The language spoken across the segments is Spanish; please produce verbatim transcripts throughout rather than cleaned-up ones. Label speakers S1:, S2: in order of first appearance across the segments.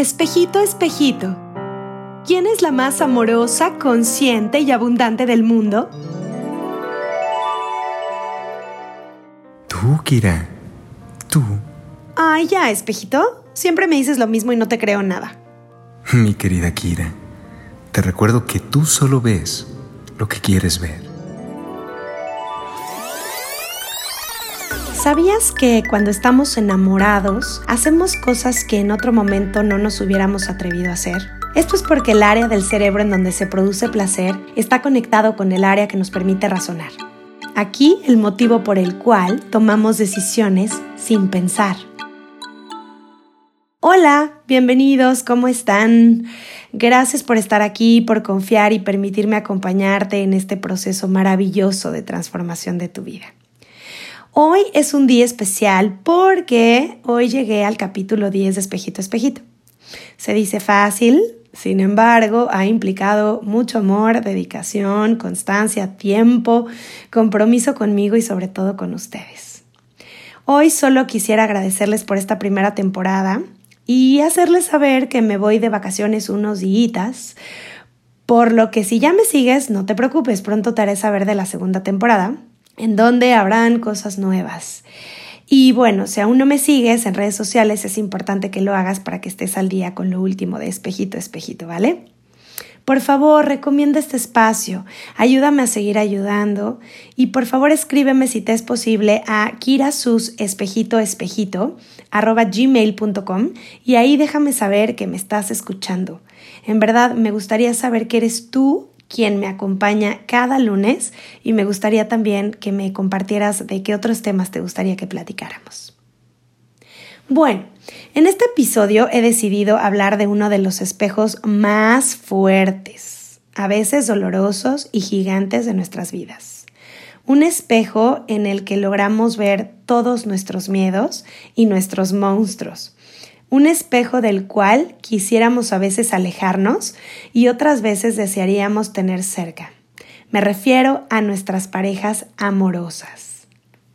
S1: Espejito, espejito, ¿quién es la más amorosa, consciente y abundante del mundo?
S2: Tú, Kira. Tú.
S1: Ay, ya, espejito. Siempre me dices lo mismo y no te creo nada.
S2: Mi querida Kira, te recuerdo que tú solo ves lo que quieres ver.
S1: ¿Sabías que cuando estamos enamorados, hacemos cosas que en otro momento no nos hubiéramos atrevido a hacer? Esto es porque el área del cerebro en donde se produce placer está conectado con el área que nos permite razonar. Aquí el motivo por el cual tomamos decisiones sin pensar. Hola, bienvenidos, ¿cómo están? Gracias por estar aquí, por confiar y permitirme acompañarte en este proceso maravilloso de transformación de tu vida. Hoy es un día especial porque hoy llegué al capítulo diez de Espejito, Espejito. Se dice fácil, sin embargo, ha implicado mucho amor, dedicación, constancia, tiempo, compromiso conmigo y sobre todo con ustedes. Hoy solo quisiera agradecerles por esta primera temporada y hacerles saber que me voy de vacaciones unos días, por lo que si ya me sigues, no te preocupes, pronto te haré saber de la segunda temporada, en donde habrán cosas nuevas. Y bueno, si aún no me sigues en redes sociales, es importante que lo hagas para que estés al día con lo último de Espejito, Espejito, ¿vale? Por favor, recomienda este espacio, ayúdame a seguir ayudando y por favor escríbeme si te es posible a kirasusespejitoespejito arroba gmail punto com y ahí déjame saber que me estás escuchando. En verdad, me gustaría saber que eres tú quien me acompaña cada lunes y me gustaría también que me compartieras de qué otros temas te gustaría que platicáramos. Bueno, en este episodio he decidido hablar de uno de los espejos más fuertes, a veces dolorosos y gigantes de nuestras vidas. Un espejo en el que logramos ver todos nuestros miedos y nuestros monstruos. Un espejo del cual quisiéramos a veces alejarnos y otras veces desearíamos tener cerca. Me refiero a nuestras parejas amorosas.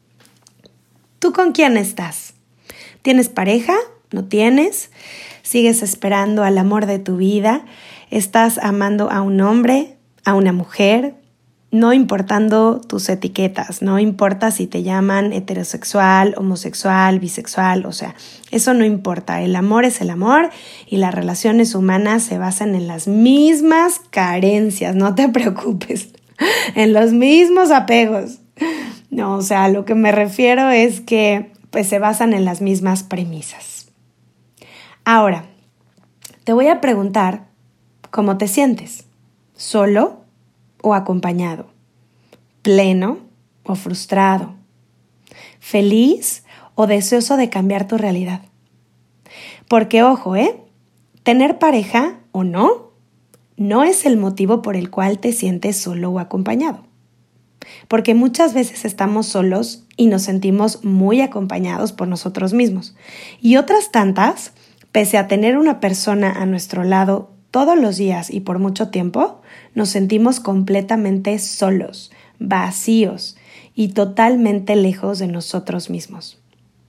S1: ¿Tú con quién estás? ¿Tienes pareja? ¿No tienes? ¿Sigues esperando al amor de tu vida? ¿Estás amando a un hombre? ¿A una mujer? No importando tus etiquetas, no importa si te llaman heterosexual, homosexual, bisexual, o sea, eso no importa. El amor es el amor y las relaciones humanas se basan en las mismas carencias, no te preocupes, en los mismos apegos. No, o sea, lo que me refiero es que pues se basan en las mismas premisas. Ahora, te voy a preguntar cómo te sientes, ¿solo o acompañado? ¿Pleno o frustrado? ¿Feliz o deseoso de cambiar tu realidad? Porque ojo, ¿eh? Tener pareja o no, no es el motivo por el cual te sientes solo o acompañado. Porque muchas veces estamos solos y nos sentimos muy acompañados por nosotros mismos. Y otras tantas, pese a tener una persona a nuestro lado todos los días y por mucho tiempo, nos sentimos completamente solos, vacíos y totalmente lejos de nosotros mismos.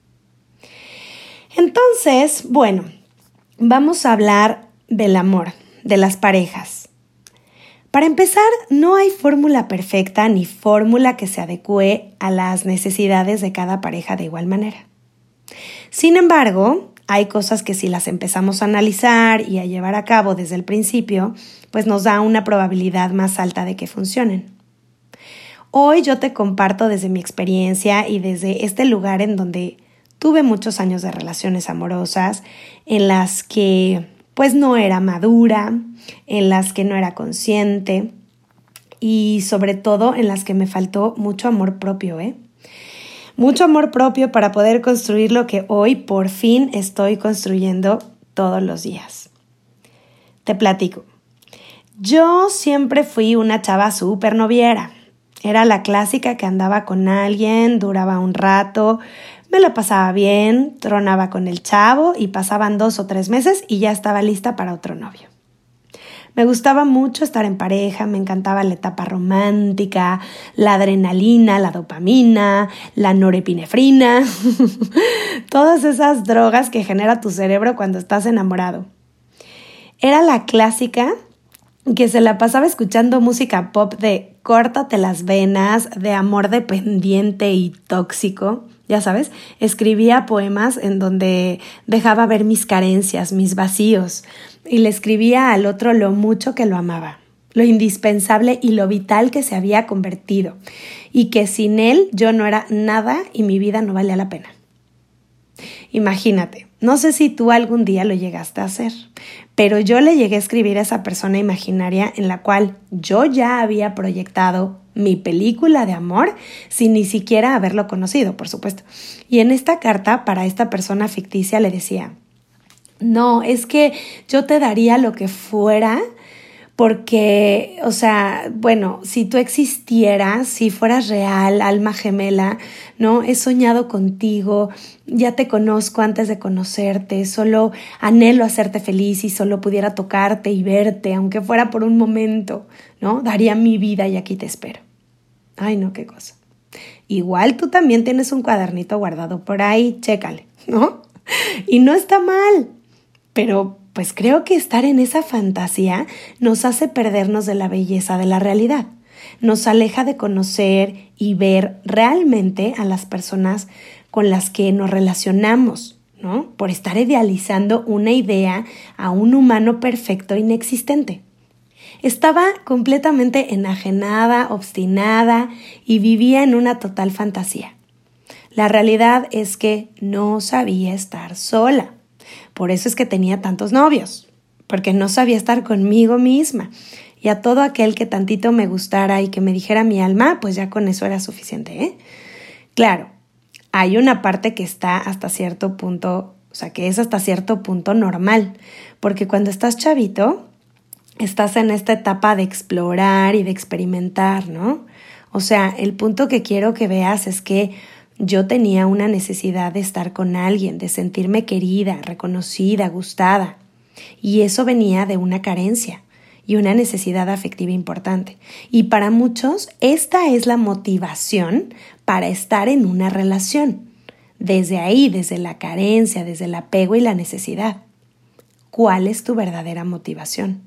S1: Entonces, bueno, vamos a hablar del amor, de las parejas. Para empezar, no hay fórmula perfecta ni fórmula que se adecue a las necesidades de cada pareja de igual manera. Sin embargo, hay cosas que si las empezamos a analizar y a llevar a cabo desde el principio, pues nos da una probabilidad más alta de que funcionen. Hoy yo te comparto desde mi experiencia y desde este lugar en donde tuve muchos años de relaciones amorosas, en las que pues no era madura, en las que no era consciente y sobre todo en las que me faltó mucho amor propio, ¿eh? Mucho amor propio para poder construir lo que hoy por fin estoy construyendo todos los días. Te platico. Yo siempre fui una chava súper noviera. Era la clásica que andaba con alguien, duraba un rato, me la pasaba bien, tronaba con el chavo y pasaban dos o tres meses y ya estaba lista para otro novio. Me gustaba mucho estar en pareja, me encantaba la etapa romántica, la adrenalina, la dopamina, la norepinefrina, todas esas drogas que genera tu cerebro cuando estás enamorado. Era la clásica que se la pasaba escuchando música pop de córtate las venas, de amor dependiente y tóxico. Ya sabes, escribía poemas en donde dejaba ver mis carencias, mis vacíos, y le escribía al otro lo mucho que lo amaba, lo indispensable y lo vital que se había convertido, y que sin él yo no era nada y mi vida no valía la pena. Imagínate, no sé si tú algún día lo llegaste a hacer, pero yo le llegué a escribir a esa persona imaginaria en la cual yo ya había proyectado mi película de amor sin ni siquiera haberlo conocido, por supuesto. Y en esta carta para esta persona ficticia le decía, no, es que yo te daría lo que fuera porque, o sea, bueno, si tú existieras, si fueras real, alma gemela, ¿no? He soñado contigo, ya te conozco antes de conocerte, solo anhelo hacerte feliz y solo pudiera tocarte y verte, aunque fuera por un momento, ¿no? Daría mi vida y aquí te espero. Ay, no, qué cosa. Igual tú también tienes un cuadernito guardado por ahí, chécale, ¿no? Y no está mal, pero pues creo que estar en esa fantasía nos hace perdernos de la belleza de la realidad. Nos aleja de conocer y ver realmente a las personas con las que nos relacionamos, ¿no? Por estar idealizando una idea a un humano perfecto e inexistente. Estaba completamente enajenada, obstinada y vivía en una total fantasía. La realidad es que no sabía estar sola. Por eso es que tenía tantos novios, porque no sabía estar conmigo misma. Y a todo aquel que tantito me gustara y que me dijera mi alma, pues ya con eso era suficiente, ¿eh? Claro, hay una parte que está hasta cierto punto, o sea, que es hasta cierto punto normal, porque cuando estás chavito, estás en esta etapa de explorar y de experimentar, ¿no? O sea, el punto que quiero que veas es que yo tenía una necesidad de estar con alguien, de sentirme querida, reconocida, gustada. Y eso venía de una carencia y una necesidad afectiva importante. Y para muchos, esta es la motivación para estar en una relación. Desde ahí, desde la carencia, desde el apego y la necesidad. ¿Cuál es tu verdadera motivación?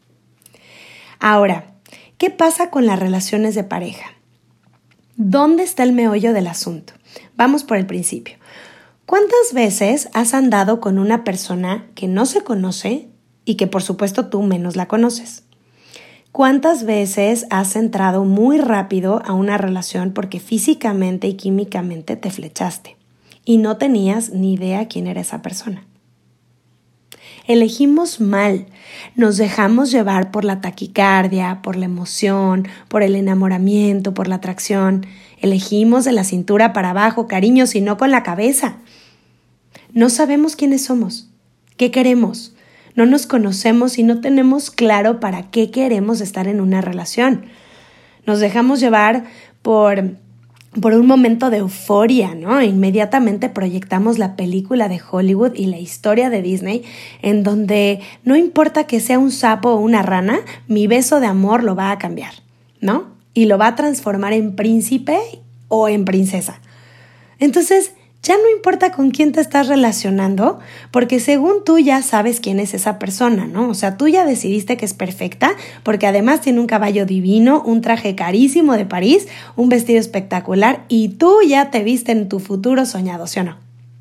S1: Ahora, ¿qué pasa con las relaciones de pareja? ¿Dónde está el meollo del asunto? Vamos por el principio. ¿Cuántas veces has andado con una persona que no se conoce y que por supuesto tú menos la conoces? ¿Cuántas veces has entrado muy rápido a una relación porque físicamente y químicamente te flechaste y no tenías ni idea quién era esa persona? Elegimos mal, nos dejamos llevar por la taquicardia, por la emoción, por el enamoramiento, por la atracción. Elegimos de la cintura para abajo, cariño, sino con la cabeza. No sabemos quiénes somos, qué queremos, no nos conocemos y no tenemos claro para qué queremos estar en una relación. Nos dejamos llevar por... por un momento de euforia, ¿no? Inmediatamente proyectamos la película de Hollywood y la historia de Disney, en donde no importa que sea un sapo o una rana, mi beso de amor lo va a cambiar, ¿no? Y lo va a transformar en príncipe o en princesa. Entonces, ya no importa con quién te estás relacionando, porque según tú ya sabes quién es esa persona, ¿no? O sea, tú ya decidiste que es perfecta, porque además tiene un caballo divino, un traje carísimo de París, un vestido espectacular, y tú ya te viste en tu futuro soñado, ¿sí o no?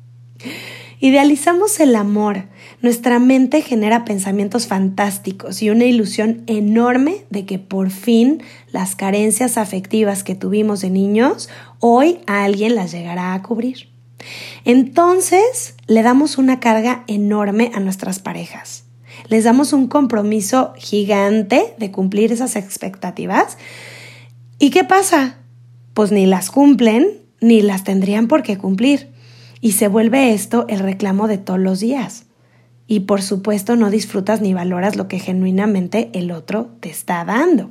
S1: Idealizamos el amor. Nuestra mente genera pensamientos fantásticos y una ilusión enorme de que por fin las carencias afectivas que tuvimos de niños, hoy alguien las llegará a cubrir. Entonces, le damos una carga enorme a nuestras parejas. Les damos un compromiso gigante de cumplir esas expectativas. ¿Y qué pasa? Pues ni las cumplen, ni las tendrían por qué cumplir. Y se vuelve esto el reclamo de todos los días. Y por supuesto no disfrutas ni valoras lo que genuinamente el otro te está dando.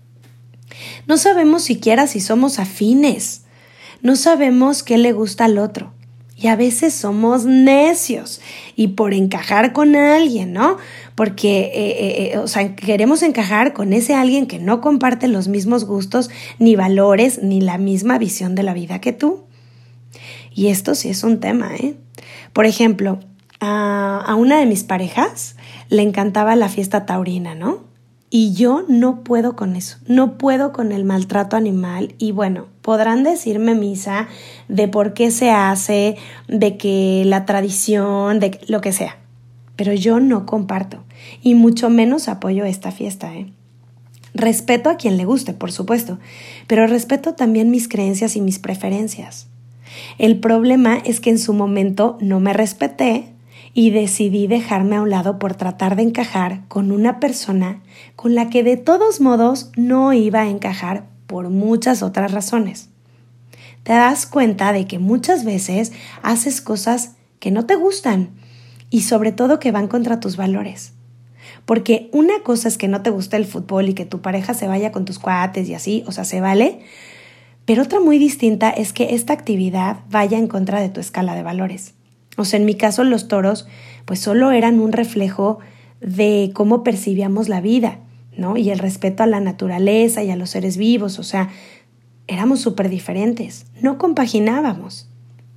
S1: No sabemos siquiera si somos afines. No sabemos qué le gusta al otro. Y a veces somos necios. Y por encajar con alguien, ¿no? Porque, eh, eh, o sea, queremos encajar con ese alguien que no comparte los mismos gustos, ni valores, ni la misma visión de la vida que tú. Y esto sí es un tema, ¿eh? Por ejemplo, a, a una de mis parejas le encantaba la fiesta taurina, ¿no? Y yo no puedo con eso, no puedo con el maltrato animal y bueno, podrán decirme misa de por qué se hace, de que la tradición, de lo que sea, pero yo no comparto y mucho menos apoyo esta fiesta, ¿eh? Respeto a quien le guste, por supuesto, pero respeto también mis creencias y mis preferencias. El problema es que en su momento no me respeté y decidí dejarme a un lado por tratar de encajar con una persona con la que de todos modos no iba a encajar por muchas otras razones. Te das cuenta de que muchas veces haces cosas que no te gustan y sobre todo que van contra tus valores. Porque una cosa es que no te gusta el fútbol y que tu pareja se vaya con tus cuates y así, o sea, se vale, pero otra muy distinta es que esta actividad vaya en contra de tu escala de valores. O sea, en mi caso los toros pues solo eran un reflejo de cómo percibíamos la vida, ¿no? Y el respeto a la naturaleza y a los seres vivos, o sea, éramos súper diferentes, no compaginábamos.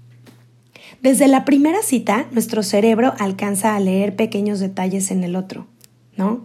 S1: Desde la primera cita, nuestro cerebro alcanza a leer pequeños detalles en el otro, ¿no?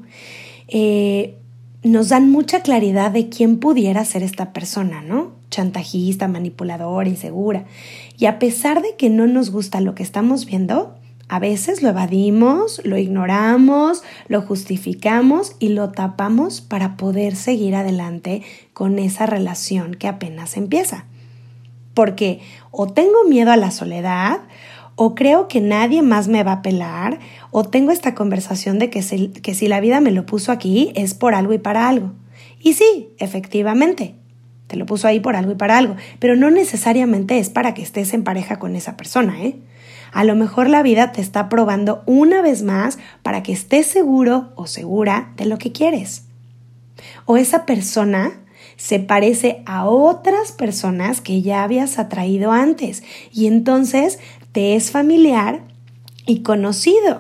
S1: Eh, nos dan mucha claridad de quién pudiera ser esta persona, ¿no? Chantajista, manipuladora, insegura. Y a pesar de que no nos gusta lo que estamos viendo, a veces lo evadimos, lo ignoramos, lo justificamos y lo tapamos para poder seguir adelante con esa relación que apenas empieza. Porque o tengo miedo a la soledad, o creo que nadie más me va a pelar, o tengo esta conversación de que si, que si la vida me lo puso aquí es por algo y para algo. Y sí, efectivamente, te lo puso ahí por algo y para algo, pero no necesariamente es para que estés en pareja con esa persona, ¿eh? A lo mejor la vida te está probando una vez más para que estés seguro o segura de lo que quieres. O esa persona se parece a otras personas que ya habías atraído antes y entonces te es familiar y conocido,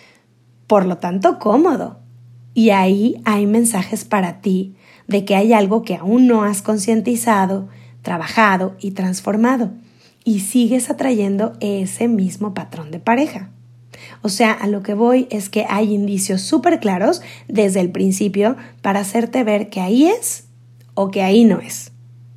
S1: por lo tanto cómodo. Y ahí hay mensajes para ti de que hay algo que aún no has concientizado, trabajado y transformado y sigues atrayendo ese mismo patrón de pareja. O sea, a lo que voy es que hay indicios súper claros desde el principio para hacerte ver que ahí es o que ahí no es.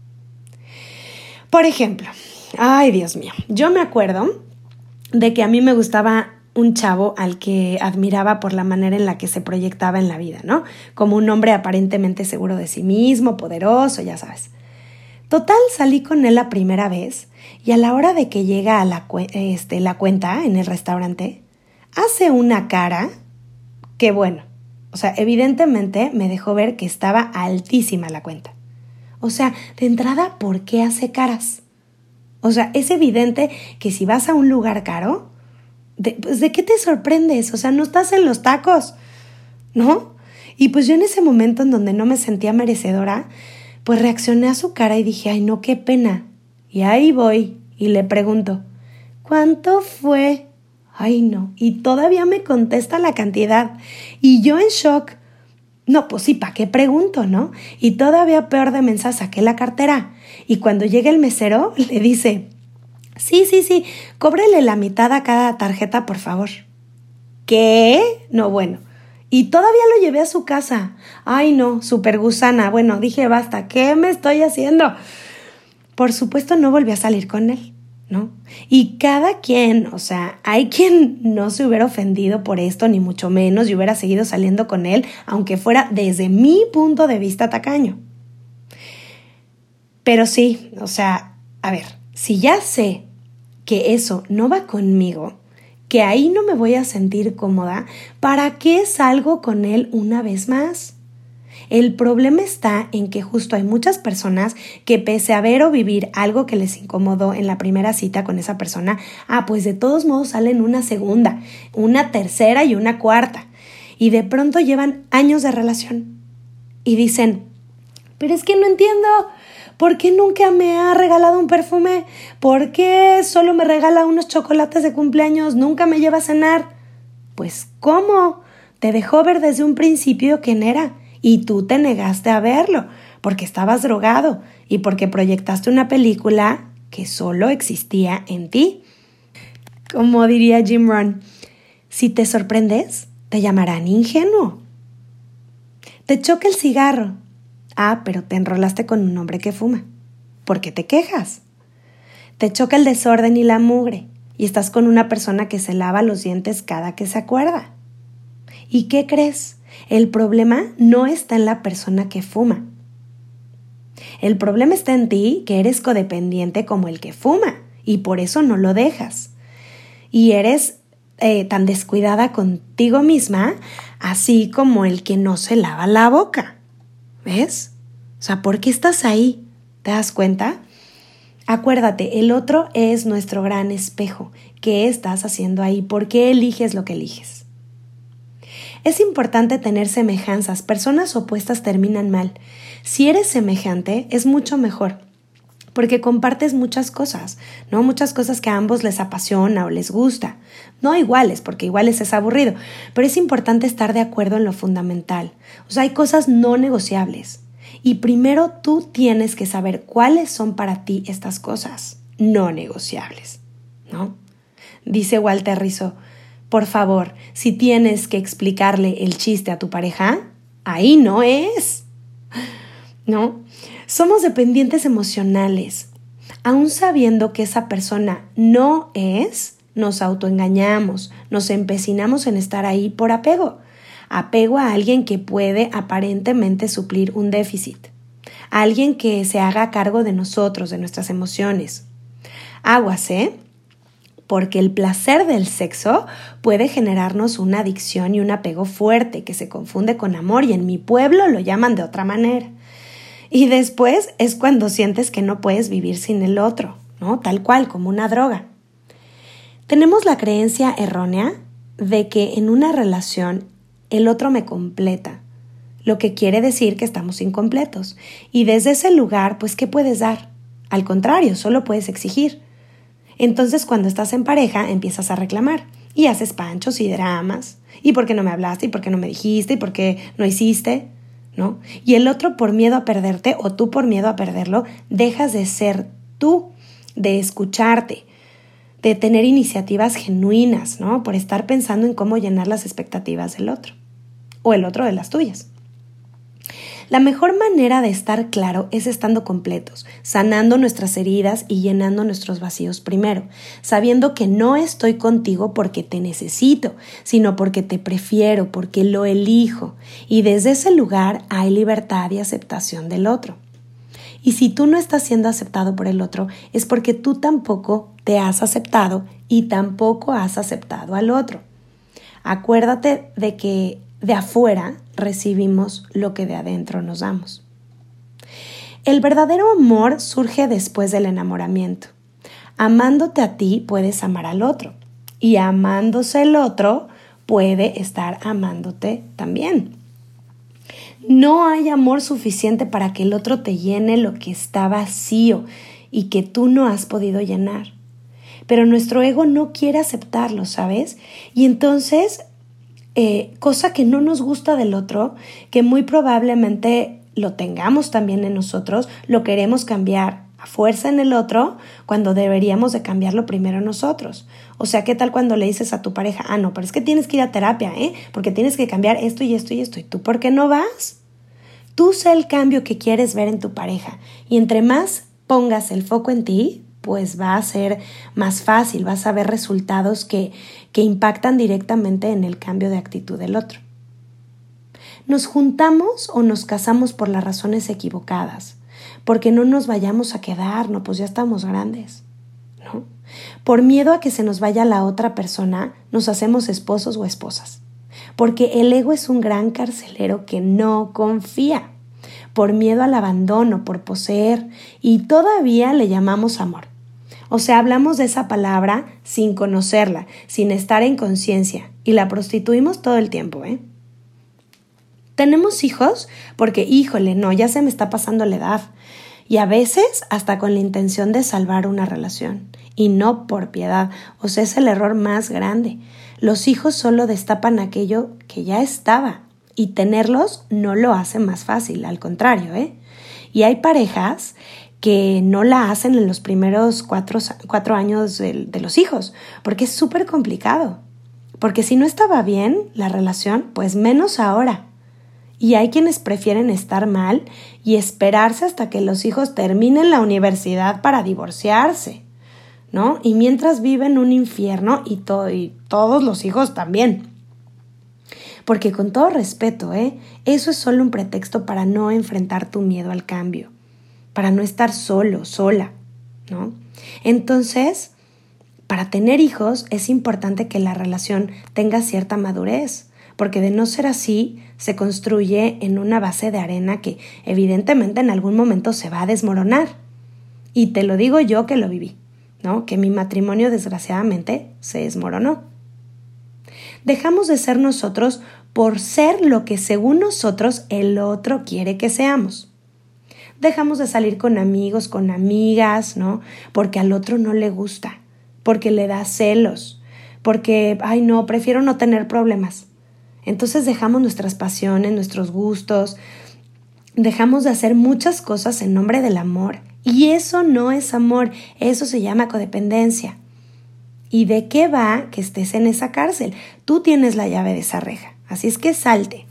S1: Por ejemplo, ay Dios mío, yo me acuerdo de que a mí me gustaba un chavo al que admiraba por la manera en la que se proyectaba en la vida, ¿no? Como un hombre aparentemente seguro de sí mismo, poderoso, ya sabes. Total, salí con él la primera vez y a la hora de que llega a la, cu- este, la cuenta en el restaurante, hace una cara que bueno, o sea, evidentemente me dejó ver que estaba altísima la cuenta. O sea, de entrada, ¿por qué hace caras? O sea, es evidente que si vas a un lugar caro, de, pues ¿de qué te sorprendes? O sea, no estás en los tacos, ¿no? Y pues yo en ese momento en donde no me sentía merecedora, pues reaccioné a su cara y dije, ay no, qué pena. Y ahí voy y le pregunto, ¿cuánto fue? Ay no, y todavía me contesta la cantidad. Y yo en shock, no, pues sí, ¿para qué pregunto, no? Y todavía peor de mensa saqué la cartera. Y cuando llega el mesero, le dice, sí, sí, sí, cóbrele la mitad a cada tarjeta, por favor. ¿Qué? No, bueno. Y todavía lo llevé a su casa. Ay, no, súper gusana. Bueno, dije, basta, ¿qué me estoy haciendo? Por supuesto, no volví a salir con él, ¿no? Y cada quien, o sea, hay quien no se hubiera ofendido por esto, ni mucho menos, y hubiera seguido saliendo con él, aunque fuera desde mi punto de vista tacaño. Pero sí, o sea, a ver, si ya sé que eso no va conmigo, que ahí no me voy a sentir cómoda, ¿para qué salgo con él una vez más? El problema está en que justo hay muchas personas que pese a ver o vivir algo que les incomodó en la primera cita con esa persona, ah, pues de todos modos salen una segunda, una tercera y una cuarta, y de pronto llevan años de relación y dicen, pero es que no entiendo, ¿por qué nunca me ha regalado un perfume? ¿Por qué solo me regala unos chocolates de cumpleaños? ¿Nunca me lleva a cenar? Pues, ¿cómo? Te dejó ver desde un principio quién era y tú te negaste a verlo porque estabas drogado y porque proyectaste una película que solo existía en ti. Como diría Jim Rohn, si te sorprendes, Te llamarán ingenuo. Te choca el cigarro. Ah, pero te enrolaste con un hombre que fuma. ¿Por qué te quejas? Te choca el desorden y la mugre y estás con una persona que se lava los dientes cada que se acuerda. ¿Y qué crees? El problema no está en la persona que fuma. El problema está en ti, que eres codependiente como el que fuma y por eso no lo dejas. Y eres eh, tan descuidada contigo misma, así como el que no se lava la boca. ¿Ves? O sea, ¿por qué estás ahí? ¿Te das cuenta? Acuérdate, el otro es nuestro gran espejo. ¿Qué estás haciendo ahí? ¿Por qué eliges lo que eliges? Es importante tener semejanzas. Personas opuestas terminan mal. Si eres semejante, es mucho mejor, porque compartes muchas cosas, ¿no? Muchas cosas que a ambos les apasiona o les gusta. No iguales, porque iguales es aburrido, pero es importante estar de acuerdo en lo fundamental. O sea, hay cosas no negociables. Y primero tú tienes que saber cuáles son para ti estas cosas no negociables, ¿no? Dice Walter Rizzo, por favor, si tienes que explicarle el chiste a tu pareja, ahí no es, ¿no? Somos dependientes emocionales. Aún sabiendo que esa persona no es, nos autoengañamos, nos empecinamos en estar ahí por apego. Apego a alguien que puede aparentemente suplir un déficit. A alguien que se haga cargo de nosotros, de nuestras emociones. Aguas, ¿eh? Porque el placer del sexo puede generarnos una adicción y un apego fuerte que se confunde con amor y en mi pueblo lo llaman de otra manera. Y después es cuando sientes que no puedes vivir sin el otro, ¿no? Tal cual, como una droga. Tenemos la creencia errónea de que en una relación el otro me completa, lo que quiere decir que estamos incompletos. Y desde ese lugar, pues, ¿qué puedes dar? Al contrario, solo puedes exigir. Entonces, cuando estás en pareja, empiezas a reclamar y haces panchos y dramas. ¿Y por qué no me hablaste? ¿Y por qué no me dijiste? ¿Y por qué no hiciste? ¿No? Y el otro, por miedo a perderte o tú por miedo a perderlo, dejas de ser tú, de escucharte, de tener iniciativas genuinas, ¿no? Por estar pensando en cómo llenar las expectativas del otro o el otro de las tuyas. La mejor manera de estar claro es estando completos, sanando nuestras heridas y llenando nuestros vacíos primero, sabiendo que no estoy contigo porque te necesito, sino porque te prefiero, porque lo elijo. Y desde ese lugar hay libertad y aceptación del otro. Y si tú no estás siendo aceptado por el otro, es porque tú tampoco te has aceptado y tampoco has aceptado al otro. Acuérdate de que de afuera recibimos lo que de adentro nos damos. El verdadero amor surge después del enamoramiento. Amándote a ti puedes amar al otro y amándose el otro puede estar amándote también. No hay amor suficiente para que el otro te llene lo que está vacío y que tú no has podido llenar. Pero nuestro ego no quiere aceptarlo, ¿sabes? Y entonces, eh, cosa que no nos gusta del otro, que muy probablemente lo tengamos también en nosotros, lo queremos cambiar a fuerza en el otro cuando deberíamos de cambiarlo primero nosotros. O sea, ¿qué tal cuando le dices a tu pareja, ah, no, pero es que tienes que ir a terapia, ¿eh? Porque tienes que cambiar esto y esto y esto. ¿Y tú por qué no vas? Tú sé el cambio que quieres ver en tu pareja. Y entre más pongas el foco en ti, pues va a ser más fácil, vas a ver resultados que, que impactan directamente en el cambio de actitud del otro. Nos juntamos o nos casamos por las razones equivocadas, porque no nos vayamos a quedar, no, pues ya estamos grandes, ¿no? Por miedo a que se nos vaya la otra persona, nos hacemos esposos o esposas, porque el ego es un gran carcelero que no confía, por miedo al abandono, por poseer, y todavía le llamamos amor. O sea, hablamos de esa palabra sin conocerla, sin estar en conciencia, y la prostituimos todo el tiempo, ¿eh? Tenemos hijos porque, híjole, no, ya se me está pasando la edad. Y a veces hasta con la intención de salvar una relación. Y no por piedad. O sea, es el error más grande. Los hijos solo destapan aquello que ya estaba. Y tenerlos no lo hace más fácil, al contrario, ¿eh? Y hay parejas que no la hacen en los primeros cuatro, cuatro años de, de los hijos. Porque es súper complicado. Porque si no estaba bien la relación, pues menos ahora. Y hay quienes prefieren estar mal y esperarse hasta que los hijos terminen la universidad para divorciarse, ¿no? Y mientras viven un infierno y, to- y todos los hijos también. Porque con todo respeto, ¿eh? Eso es solo un pretexto para no enfrentar tu miedo al cambio, para no estar solo, sola, ¿no? Entonces, para tener hijos es importante que la relación tenga cierta madurez, porque de no ser así, se construye en una base de arena que evidentemente en algún momento se va a desmoronar. Y te lo digo yo que lo viví, ¿no? Que mi matrimonio desgraciadamente se desmoronó. Dejamos de ser nosotros por ser lo que según nosotros el otro quiere que seamos. Dejamos de salir con amigos, con amigas, ¿no? Porque al otro no le gusta, porque le da celos, porque, ay no, prefiero no tener problemas. Entonces dejamos nuestras pasiones, nuestros gustos, dejamos de hacer muchas cosas en nombre del amor. Y eso no es amor, eso se llama codependencia. ¿Y de qué va que estés en esa cárcel? Tú tienes la llave de esa reja, así es que salte.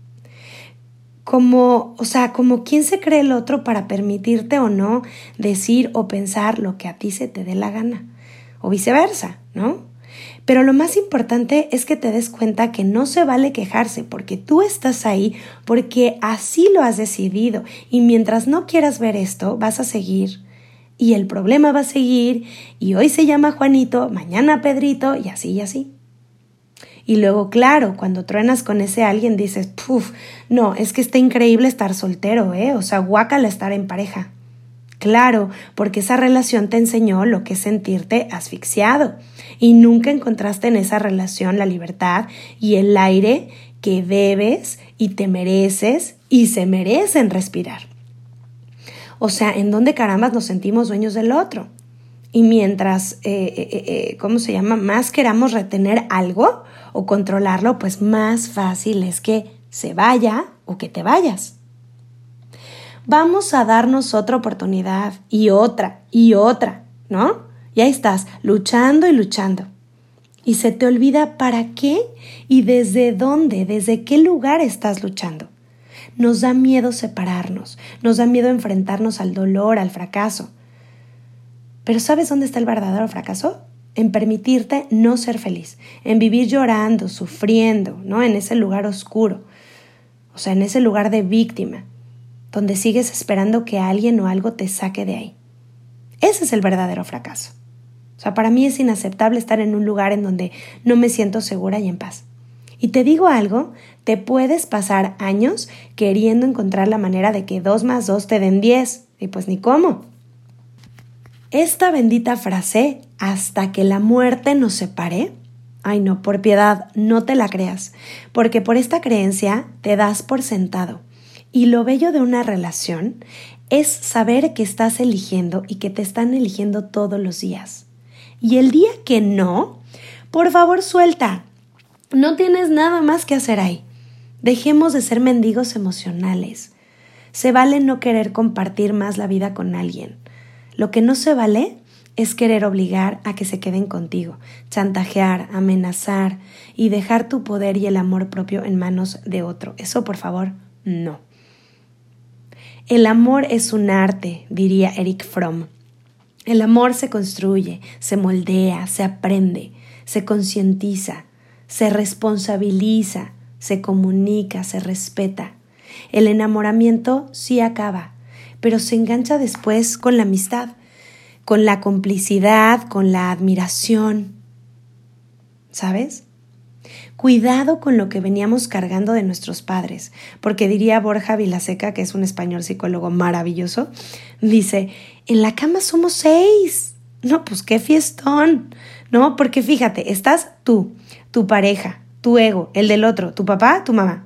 S1: Como, o sea, como quién se cree el otro para permitirte o no decir o pensar lo que a ti se te dé la gana, o viceversa, ¿no? Pero lo más importante es que te des cuenta que no se vale quejarse porque tú estás ahí, porque así lo has decidido y mientras no quieras ver esto vas a seguir y el problema va a seguir y hoy se llama Juanito, mañana Pedrito y así y así. Y luego, claro, cuando truenas con ese alguien dices, puf, no, es que está increíble estar soltero, ¿eh? O sea, guácala estar en pareja. Claro, porque esa relación te enseñó lo que es sentirte asfixiado y nunca encontraste en esa relación la libertad y el aire que debes y te mereces y se merecen respirar. O sea, ¿en dónde carambas nos sentimos dueños del otro? Y mientras, eh, eh, eh, ¿cómo se llama? Más queramos retener algo o controlarlo, pues más fácil es que se vaya o que te vayas. Vamos a darnos otra oportunidad y otra y otra, ¿no? Y ahí estás, luchando y luchando. Y se te olvida para qué y desde dónde, desde qué lugar estás luchando. Nos da miedo separarnos, nos da miedo enfrentarnos al dolor, al fracaso. Pero ¿sabes dónde está el verdadero fracaso? En permitirte no ser feliz, en vivir llorando, sufriendo, ¿no? En ese lugar oscuro, o sea, en ese lugar de víctima, donde sigues esperando que alguien o algo te saque de ahí. Ese es el verdadero fracaso. O sea, para mí es inaceptable estar en un lugar en donde no me siento segura y en paz. Y te digo algo, te puedes pasar años queriendo encontrar la manera de que dos más dos te den diez, y pues ni cómo. Esta bendita frase, hasta que la muerte nos separe, ay no, por piedad, no te la creas, porque por esta creencia te das por sentado. Y lo bello de una relación es saber que estás eligiendo y que te están eligiendo todos los días. Y el día que no, por favor suelta. No tienes nada más que hacer ahí. Dejemos de ser mendigos emocionales. Se vale no querer compartir más la vida con alguien. Lo que no se vale es querer obligar a que se queden contigo, chantajear, amenazar y dejar tu poder y el amor propio en manos de otro. Eso, por favor, no. El amor es un arte, diría Erich Fromm. El amor se construye, se moldea, se aprende, se concientiza, se responsabiliza, se comunica, se respeta. El enamoramiento sí acaba, pero se engancha después con la amistad, con la complicidad, con la admiración. ¿Sabes? Cuidado con lo que veníamos cargando de nuestros padres, porque diría Borja Vilaseca, que es un español psicólogo maravilloso, dice, en la cama somos seis. No, pues qué fiestón, ¿no? Porque fíjate, estás tú, tu pareja, tu ego, el del otro, tu papá, tu mamá.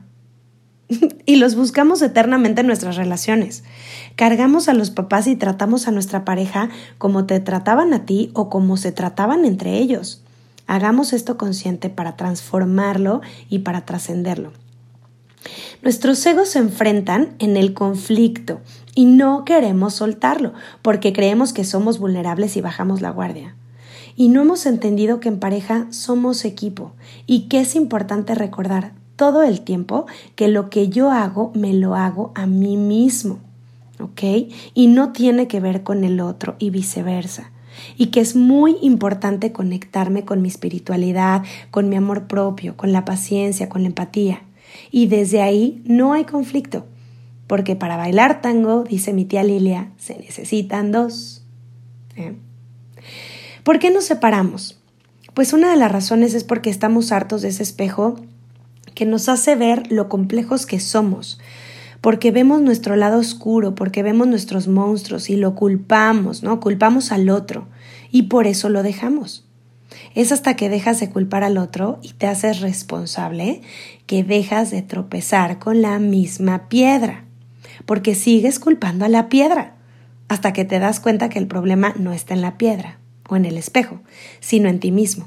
S1: Y los buscamos eternamente en nuestras relaciones. Cargamos a los papás y tratamos a nuestra pareja como te trataban a ti o como se trataban entre ellos. Hagamos esto consciente para transformarlo y para trascenderlo. Nuestros egos se enfrentan en el conflicto y no queremos soltarlo porque creemos que somos vulnerables y bajamos la guardia. Y no hemos entendido que en pareja somos equipo y que es importante recordar todo el tiempo que lo que yo hago me lo hago a mí mismo, ¿ok? Y no tiene que ver con el otro y viceversa. Y que es muy importante conectarme con mi espiritualidad, con mi amor propio, con la paciencia, con la empatía. Y desde ahí no hay conflicto, porque para bailar tango, dice mi tía Lilia, se necesitan dos. ¿Eh? ¿Por qué nos separamos? Pues una de las razones es porque estamos hartos de ese espejo que nos hace ver lo complejos que somos, porque vemos nuestro lado oscuro, porque vemos nuestros monstruos y lo culpamos, ¿no? Culpamos al otro y por eso lo dejamos. Es hasta que dejas de culpar al otro y te haces responsable que dejas de tropezar con la misma piedra, porque sigues culpando a la piedra hasta que te das cuenta que el problema no está en la piedra o en el espejo, sino en ti mismo.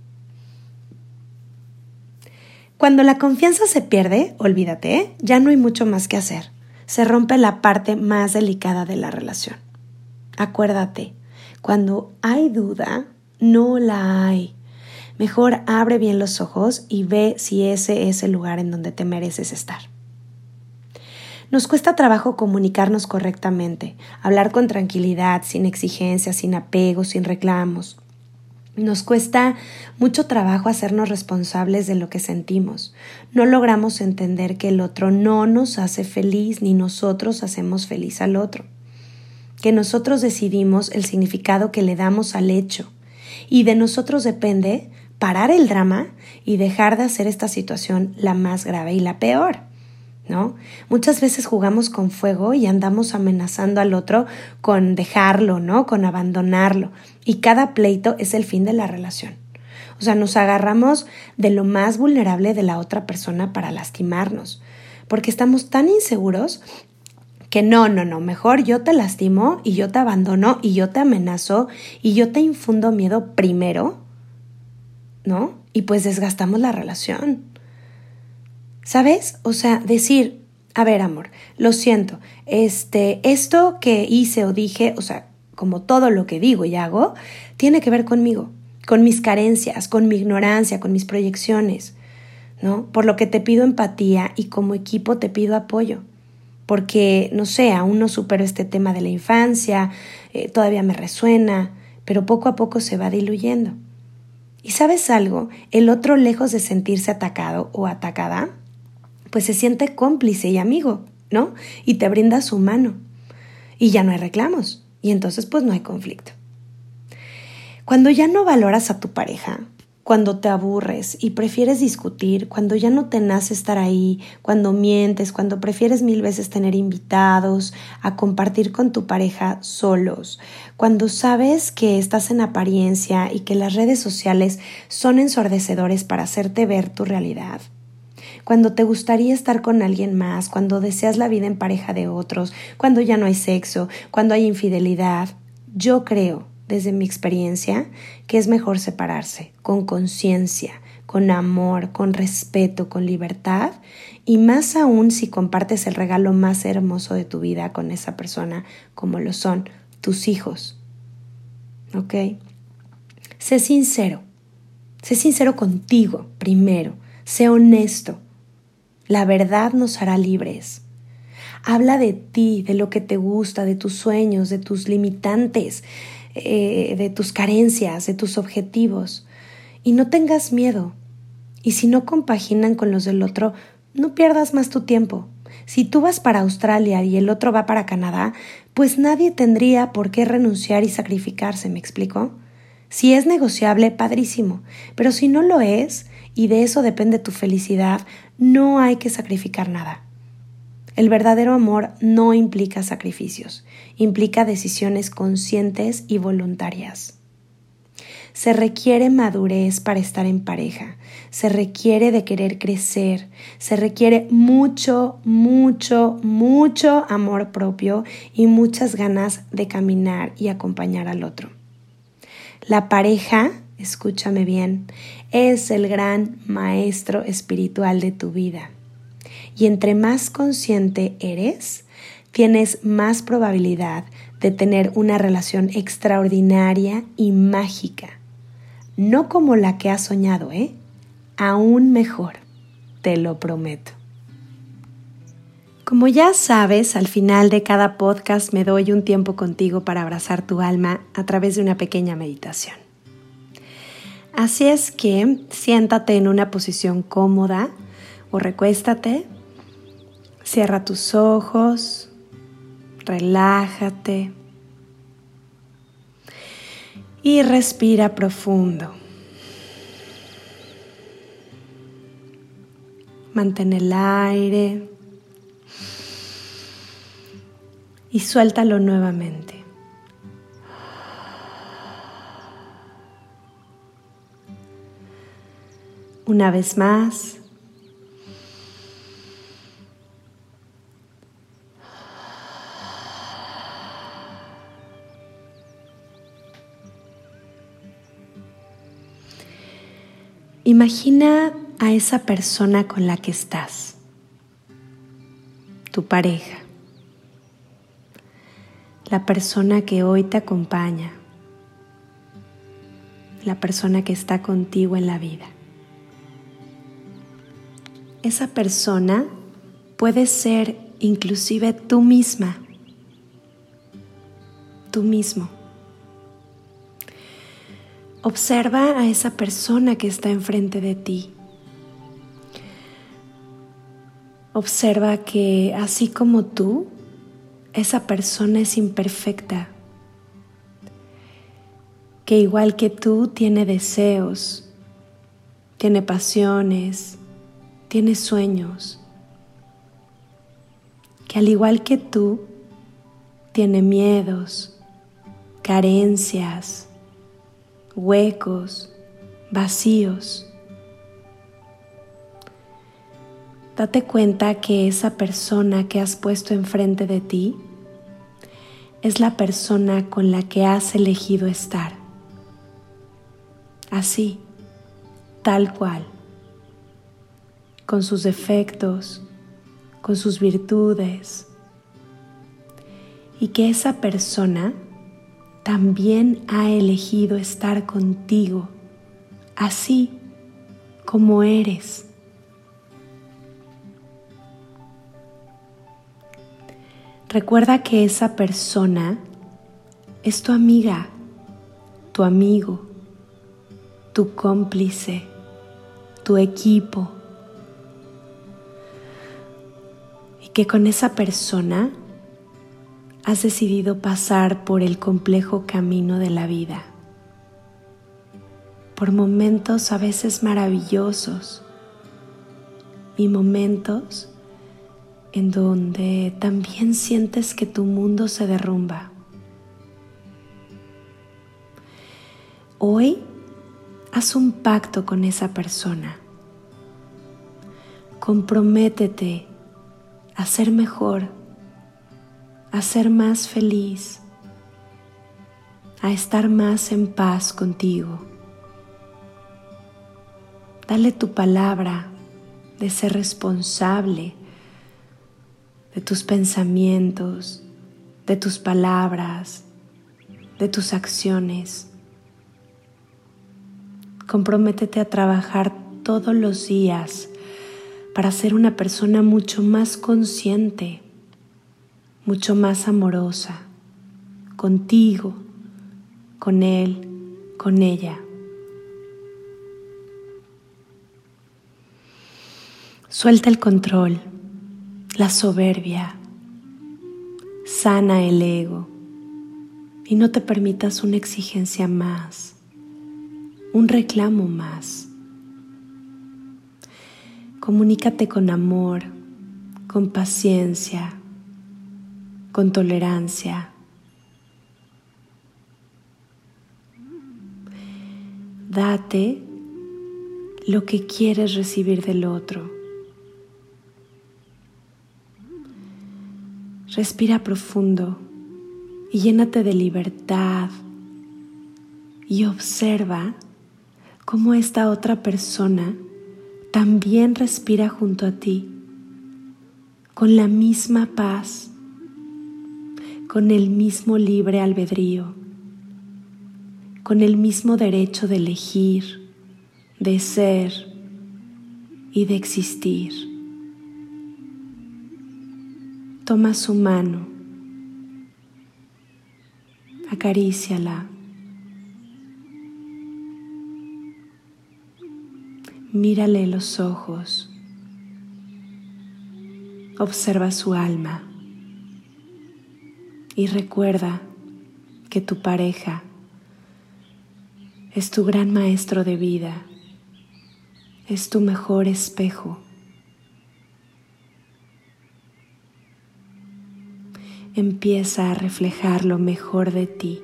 S1: Cuando la confianza se pierde, olvídate, ¿eh? Ya no hay mucho más que hacer. Se rompe la parte más delicada de la relación. Acuérdate, cuando hay duda, no la hay. Mejor abre bien los ojos y ve si ese es el lugar en donde te mereces estar. Nos cuesta trabajo comunicarnos correctamente, hablar con tranquilidad, sin exigencias, sin apegos, sin reclamos. Nos cuesta mucho trabajo hacernos responsables de lo que sentimos. No logramos entender que el otro no nos hace feliz ni nosotros hacemos feliz al otro. Que nosotros decidimos el significado que le damos al hecho. Y de nosotros depende parar el drama y dejar de hacer esta situación la más grave y la peor, ¿no? Muchas veces jugamos con fuego y andamos amenazando al otro con dejarlo, ¿no? Con abandonarlo. Y cada pleito es el fin de la relación. O sea, nos agarramos de lo más vulnerable de la otra persona para lastimarnos. Porque estamos tan inseguros que no, no, no, mejor yo te lastimo y yo te abandono y yo te amenazo y yo te infundo miedo primero, ¿no? Y pues desgastamos la relación. ¿Sabes? O sea, decir, a ver, amor, lo siento, este, esto que hice o dije, o sea, como todo lo que digo y hago, tiene que ver conmigo, con mis carencias, con mi ignorancia, con mis proyecciones, ¿no? Por lo que te pido empatía y como equipo te pido apoyo, porque, no sé, aún no supero este tema de la infancia, eh, todavía me resuena, pero poco a poco se va diluyendo. ¿Y sabes algo? El otro, lejos de sentirse atacado o atacada, pues se siente cómplice y amigo, ¿no? Y te brinda su mano. Y ya no hay reclamos. Y entonces pues no hay conflicto. Cuando ya no valoras a tu pareja, cuando te aburres y prefieres discutir, cuando ya no te nace estar ahí, cuando mientes, cuando prefieres mil veces tener invitados, a compartir con tu pareja solos, cuando sabes que estás en apariencia y que las redes sociales son ensordecedores para hacerte ver tu realidad, cuando te gustaría estar con alguien más, cuando deseas la vida en pareja de otros, cuando ya no hay sexo, cuando hay infidelidad, yo creo, desde mi experiencia, que es mejor separarse con conciencia, con amor, con respeto, con libertad y más aún si compartes el regalo más hermoso de tu vida con esa persona, como lo son tus hijos. ¿Ok? Sé sincero, sé sincero contigo primero, sé honesto. La verdad nos hará libres. Habla de ti, de lo que te gusta, de tus sueños, de tus limitantes, eh, de tus carencias, de tus objetivos. Y no tengas miedo. Y si no compaginan con los del otro, no pierdas más tu tiempo. Si tú vas para Australia y el otro va para Canadá, pues nadie tendría por qué renunciar y sacrificarse, ¿me explico? Si es negociable, padrísimo. Pero si no lo es, y de eso depende tu felicidad, no hay que sacrificar nada. El verdadero amor no implica sacrificios, implica decisiones conscientes y voluntarias. Se requiere madurez para estar en pareja, se requiere de querer crecer, se requiere mucho, mucho, mucho amor propio y muchas ganas de caminar y acompañar al otro. La pareja, escúchame bien, es el gran maestro espiritual de tu vida. Y entre más consciente eres, tienes más probabilidad de tener una relación extraordinaria y mágica. no como la que has soñado, ¿eh? Aún mejor, te lo prometo. Como ya sabes, al final de cada podcast me doy un tiempo contigo para abrazar tu alma a través de una pequeña meditación. Así es que siéntate en una posición cómoda o recuéstate, cierra tus ojos, relájate y respira profundo. Mantén el aire y suéltalo nuevamente. Una vez más. Imagina a esa persona con la que estás, tu pareja, la persona que hoy te acompaña, la persona que está contigo en la vida. Esa persona puede ser inclusive tú misma, tú mismo. Observa a esa persona que está enfrente de ti. Observa que así como tú, esa persona es imperfecta, que igual que tú tiene deseos, tiene pasiones, tiene sueños, que al igual que tú, tiene miedos, carencias, huecos, vacíos. Date cuenta que esa persona que has puesto enfrente de ti es la persona con la que has elegido estar. Así, tal cual, con sus defectos, con sus virtudes, y que esa persona también ha elegido estar contigo, así como eres. Recuerda que esa persona es tu amiga, tu amigo, tu cómplice, tu equipo. Y que con esa persona has decidido pasar por el complejo camino de la vida, por momentos a veces maravillosos y momentos en donde también sientes que tu mundo se derrumba. Hoy haz un pacto con esa persona. Comprométete a ser mejor, a ser más feliz, a estar más en paz contigo. Dale tu palabra de ser responsable de tus pensamientos, de tus palabras, de tus acciones. Comprométete a trabajar todos los días para ser una persona mucho más consciente, mucho más amorosa, contigo, con él, con ella. Suelta el control, la soberbia, sana el ego y no te permitas una exigencia más, un reclamo más. Comunícate con amor, con paciencia, con tolerancia. Date lo que quieres recibir del otro. Respira profundo y llénate de libertad y observa cómo esta otra persona también respira junto a ti, con la misma paz, con el mismo libre albedrío, con el mismo derecho de elegir, de ser y de existir. Toma su mano, acaríciala, mírale los ojos, observa su alma y recuerda que tu pareja es tu gran maestro de vida, es tu mejor espejo. Empieza a reflejar lo mejor de ti.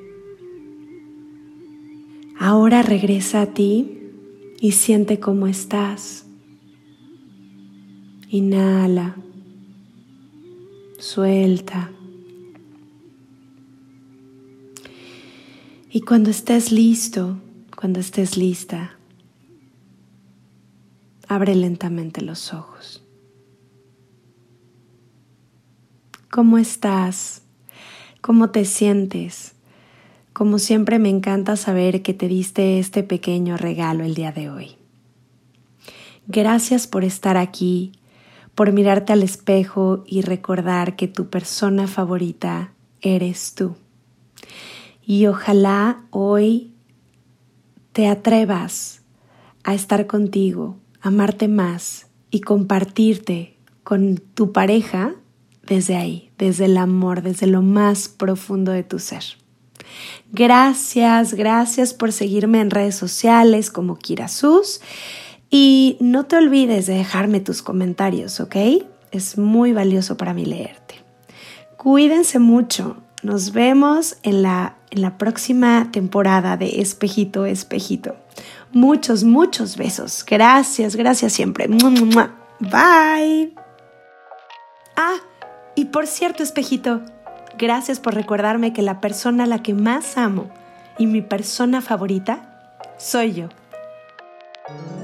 S1: Ahora regresa a ti y siente cómo estás. Inhala, suelta. Y cuando estés listo, cuando estés lista, abre lentamente los ojos. ¿Cómo estás? ¿Cómo te sientes? Como siempre me encanta saber que te diste este pequeño regalo el día de hoy. Gracias por estar aquí, por mirarte al espejo y recordar que tu persona favorita eres tú. Y ojalá hoy te atrevas a estar contigo, amarte más y compartirte con tu pareja desde ahí, desde el amor, desde lo más profundo de tu ser. Gracias, gracias por seguirme en redes sociales como Kira Sus y no te olvides de dejarme tus comentarios, ¿ok? Es muy valioso para mí leerte. Cuídense mucho. Nos vemos en la, en la próxima temporada de Espejito, Espejito. Muchos, muchos besos. Gracias, gracias siempre. Bye. Ah, y por cierto, espejito, gracias por recordarme que la persona a la que más amo y mi persona favorita soy yo.